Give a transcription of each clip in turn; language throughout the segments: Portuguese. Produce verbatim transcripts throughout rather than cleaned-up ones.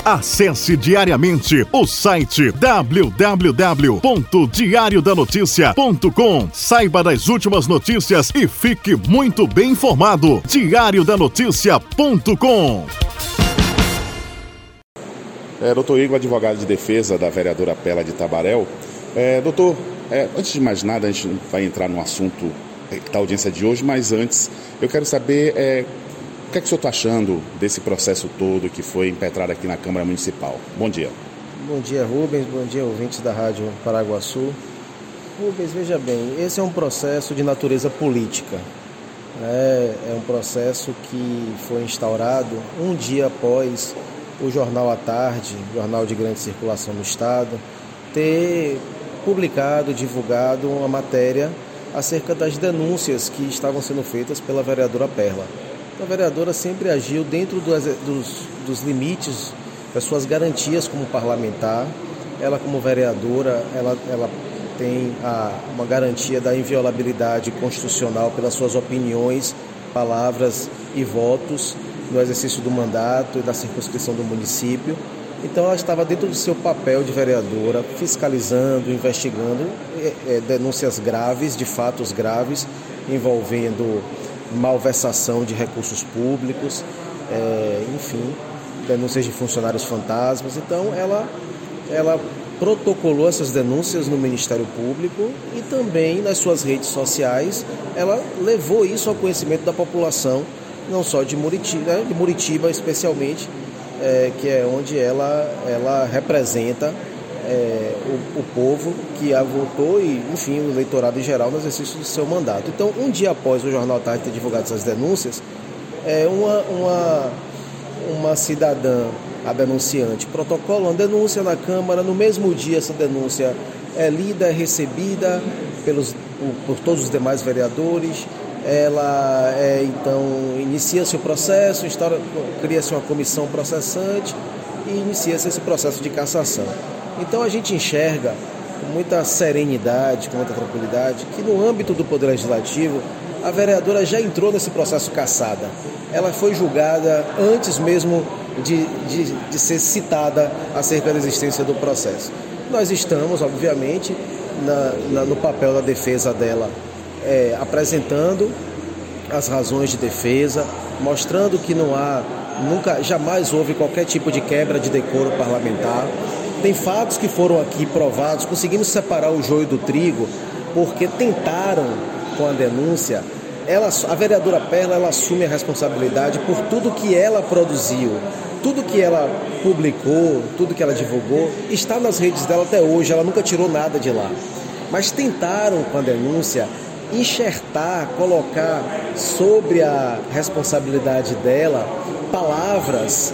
Acesse diariamente o site w w w ponto diário da notícia ponto com. Saiba das últimas notícias e fique muito bem informado. diário da notícia ponto com. É, doutor Igor, advogado de defesa da vereadora Perla de Tabaréu. É, doutor, é, antes de mais nada, a gente vai entrar no assunto da audiência de hoje, mas antes eu quero saber é, o que é que o senhor está achando desse processo todo que foi impetrado aqui na Câmara Municipal. Bom dia. Bom dia, Rubens. Bom dia, ouvintes da Rádio Paraguaçu. Rubens, veja bem, esse é um processo de natureza política. É, é um processo que foi instaurado um dia após o Jornal à Tarde, jornal de grande circulação no Estado, ter publicado, divulgado uma matéria acerca das denúncias que estavam sendo feitas pela vereadora Perla. A vereadora sempre agiu dentro dos, dos, dos limites das suas garantias como parlamentar. Ela, como vereadora, ela, ela tem a, uma garantia da inviolabilidade constitucional pelas suas opiniões, palavras e votos no exercício do mandato e da circunscrição do município. Então ela estava dentro do seu papel de vereadora, fiscalizando, investigando é, é, denúncias graves, de fatos graves, envolvendo malversação de recursos públicos, é, enfim, denúncias de funcionários fantasmas. Então ela, ela protocolou essas denúncias no Ministério Público e também nas suas redes sociais ela levou isso ao conhecimento da população, não só de Muritiba, né, de Muritiba especialmente, é, que é onde ela, ela representa é, o, o povo que a votou e, enfim, o eleitorado em geral no exercício do seu mandato. Então, um dia após o Jornal à Tarde ter divulgado essas denúncias, é, uma, uma, uma cidadã, a denunciante, protocola uma denúncia na Câmara. No mesmo dia, essa denúncia é lida, é recebida pelos, por, por todos os demais vereadores. Ela é, então inicia-se o processo, cria-se uma comissão processante e inicia-se esse processo de cassação. Então a gente enxerga com muita serenidade, com muita tranquilidade, que no âmbito do Poder Legislativo a vereadora já entrou nesse processo cassada. Ela foi julgada antes mesmo de, de, de ser citada acerca da existência do processo. Nós estamos, obviamente, na, na, no papel da defesa dela, É, apresentando as razões de defesa, mostrando que não há, nunca, jamais houve qualquer tipo de quebra de decoro parlamentar. Tem fatos que foram aqui provados, conseguimos separar o joio do trigo, porque tentaram, com a denúncia, ela, a vereadora Perla, ela assume a responsabilidade por tudo que ela produziu, tudo que ela publicou, tudo que ela divulgou, está nas redes dela até hoje, ela nunca tirou nada de lá. Mas tentaram, com a denúncia, enxertar, colocar sobre a responsabilidade dela palavras,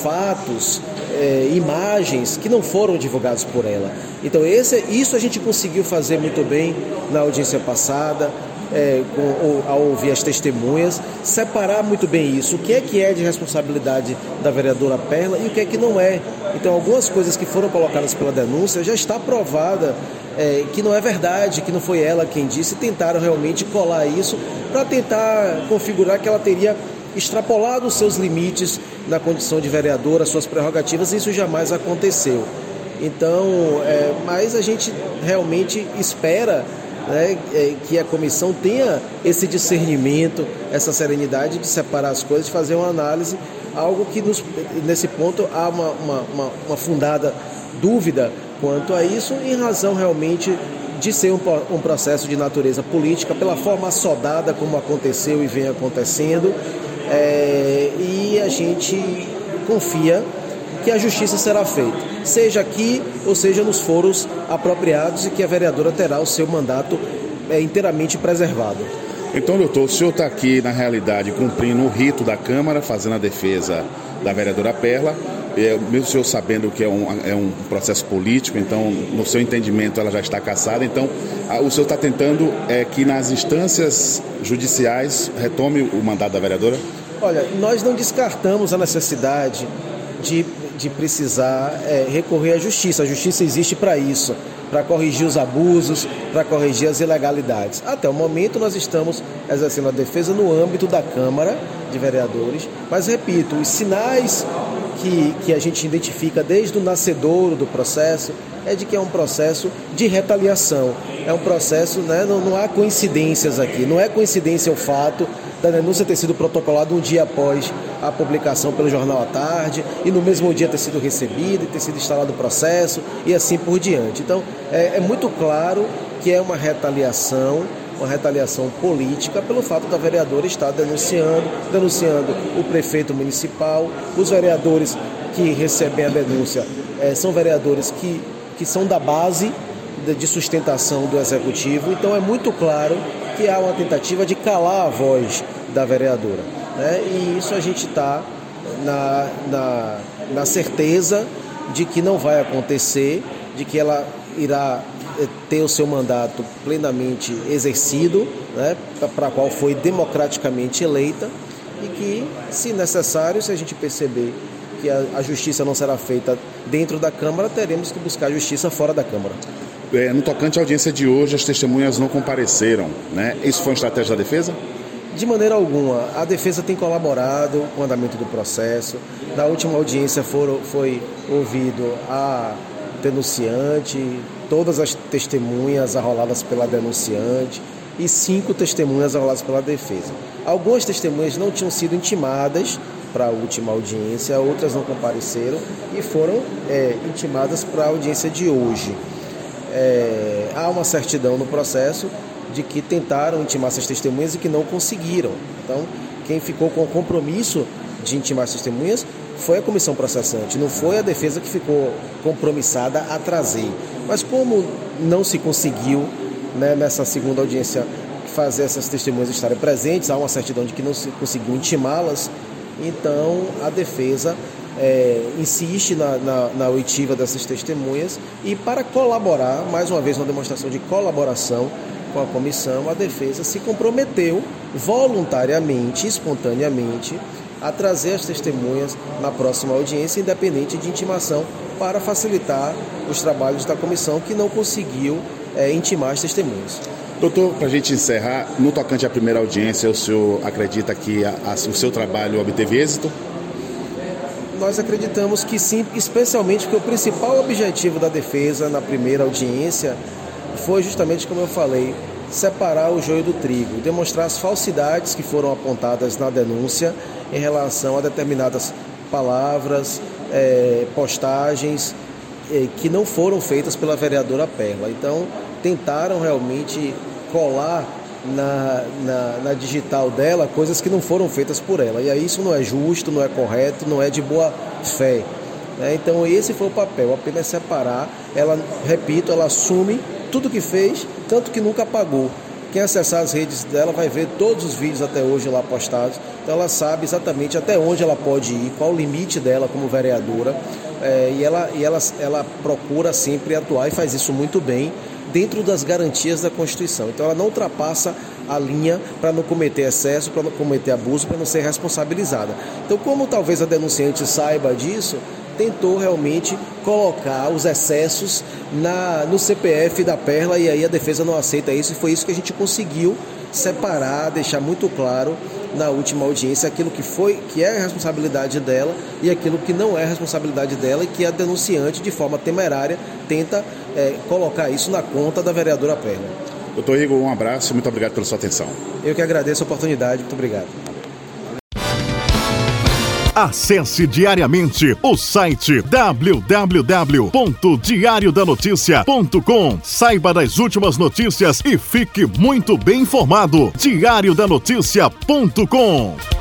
fatos, eh, imagens que não foram divulgados por ela. Então esse, isso a gente conseguiu fazer muito bem na audiência passada, eh, com, ou, ao ouvir as testemunhas, separar muito bem isso, o que é que é de responsabilidade da vereadora Perla e o que é que não é. Então algumas coisas que foram colocadas pela denúncia já está provada É, que não é verdade, que não foi ela quem disse. Tentaram realmente colar isso para tentar configurar que ela teria extrapolado os seus limites na condição de vereadora, suas prerrogativas, e isso jamais aconteceu. Então, é, mas a gente realmente espera, né, é, que a comissão tenha esse discernimento, essa serenidade de separar as coisas, de fazer uma análise, algo que nos, nesse ponto há uma, uma, uma, uma fundada dúvida quanto a isso, em razão realmente de ser um, um processo de natureza política, pela forma assodada como aconteceu e vem acontecendo, é, e a gente confia que a justiça será feita, seja aqui ou seja nos foros apropriados, e que a vereadora terá o seu mandato é, inteiramente preservado. Então, doutor, o senhor está aqui, na realidade, cumprindo o rito da Câmara, fazendo a defesa da vereadora Perla, é, mesmo o senhor sabendo que é um, é um processo político, então, no seu entendimento, ela já está cassada. Então, a, o senhor está tentando é, que nas instâncias judiciais retome o mandato da vereadora? Olha, nós não descartamos a necessidade de, de precisar é, recorrer à justiça. A justiça existe para isso, para corrigir os abusos, para corrigir as ilegalidades. Até o momento nós estamos exercendo a defesa no âmbito da Câmara de Vereadores, mas repito, os sinais que, que a gente identifica desde o nascedouro do processo é de que é um processo de retaliação. É um processo, né, não, não há coincidências aqui. Não é coincidência o fato da denúncia ter sido protocolada um dia após a publicação pelo Jornal à Tarde e no mesmo dia ter sido recebida e ter sido instalado o processo e assim por diante. Então, é, é muito claro que é uma retaliação, uma retaliação política pelo fato da vereadora estar denunciando, denunciando o prefeito municipal. Os vereadores que recebem a denúncia é, são vereadores que, que são da base de sustentação do Executivo. Então, é muito claro que há uma tentativa de calar a voz da vereadora, né? E isso a gente está na, na, na certeza de que não vai acontecer, de que ela irá ter o seu mandato plenamente exercido, né, para a qual foi democraticamente eleita, e que, se necessário, se a gente perceber que a, a justiça não será feita dentro da Câmara, teremos que buscar justiça fora da Câmara. É, no tocante à audiência de hoje, as testemunhas não compareceram, né? Isso foi uma estratégia da defesa? De maneira alguma. A defesa tem colaborado com o andamento do processo. Na última audiência foram, foi ouvido a denunciante, todas as testemunhas arroladas pela denunciante e cinco testemunhas arroladas pela defesa. Algumas testemunhas não tinham sido intimadas para a última audiência, outras não compareceram e foram é, intimadas para a audiência de hoje. É, há uma certidão no processo de que tentaram intimar essas testemunhas e que não conseguiram. Então, quem ficou com o compromisso de intimar as testemunhas foi a comissão processante, não foi a defesa que ficou compromissada a trazer. Mas como não se conseguiu, né, nessa segunda audiência, fazer essas testemunhas estarem presentes, há uma certidão de que não se conseguiu intimá-las, então a defesa é, insiste na, na, na oitiva dessas testemunhas e, para colaborar, mais uma vez uma demonstração de colaboração com a comissão, a defesa se comprometeu voluntariamente, espontaneamente, a trazer as testemunhas na próxima audiência, independente de intimação, para facilitar os trabalhos da comissão, que não conseguiu é, intimar as testemunhas. Doutor, para a gente encerrar, no tocante à primeira audiência, o senhor acredita que a, a, o seu trabalho obteve êxito? Nós acreditamos que sim, especialmente porque o principal objetivo da defesa na primeira audiência foi justamente, como eu falei, separar o joio do trigo, demonstrar as falsidades que foram apontadas na denúncia em relação a determinadas palavras, é, postagens é, que não foram feitas pela vereadora Perla. Então, tentaram realmente colar na, na, na digital dela coisas que não foram feitas por ela. E aí isso não é justo, não é correto, não é de boa fé. Né? Então, esse foi o papel, apenas separar. Ela, repito, ela assume tudo que fez, tanto que nunca apagou. Quem acessar as redes dela vai ver todos os vídeos até hoje lá postados. Então ela sabe exatamente até onde ela pode ir, qual o limite dela como vereadora. É, e ela, e ela, ela procura sempre atuar e faz isso muito bem dentro das garantias da Constituição. Então ela não ultrapassa a linha para não cometer excesso, para não cometer abuso, para não ser responsabilizada. Então, como talvez a denunciante saiba disso, tentou realmente colocar os excessos na, no C P F da Perla, e aí a defesa não aceita isso, e foi isso que a gente conseguiu separar, deixar muito claro na última audiência aquilo que foi, que é a responsabilidade dela e aquilo que não é a responsabilidade dela, e que a denunciante, de forma temerária, tenta é, colocar isso na conta da vereadora Perla. Doutor Igor, um abraço e muito obrigado pela sua atenção. Eu que agradeço a oportunidade, muito obrigado. Acesse diariamente o site w w w ponto diário da notícia ponto com. Saiba das últimas notícias e fique muito bem informado. diário da notícia ponto com.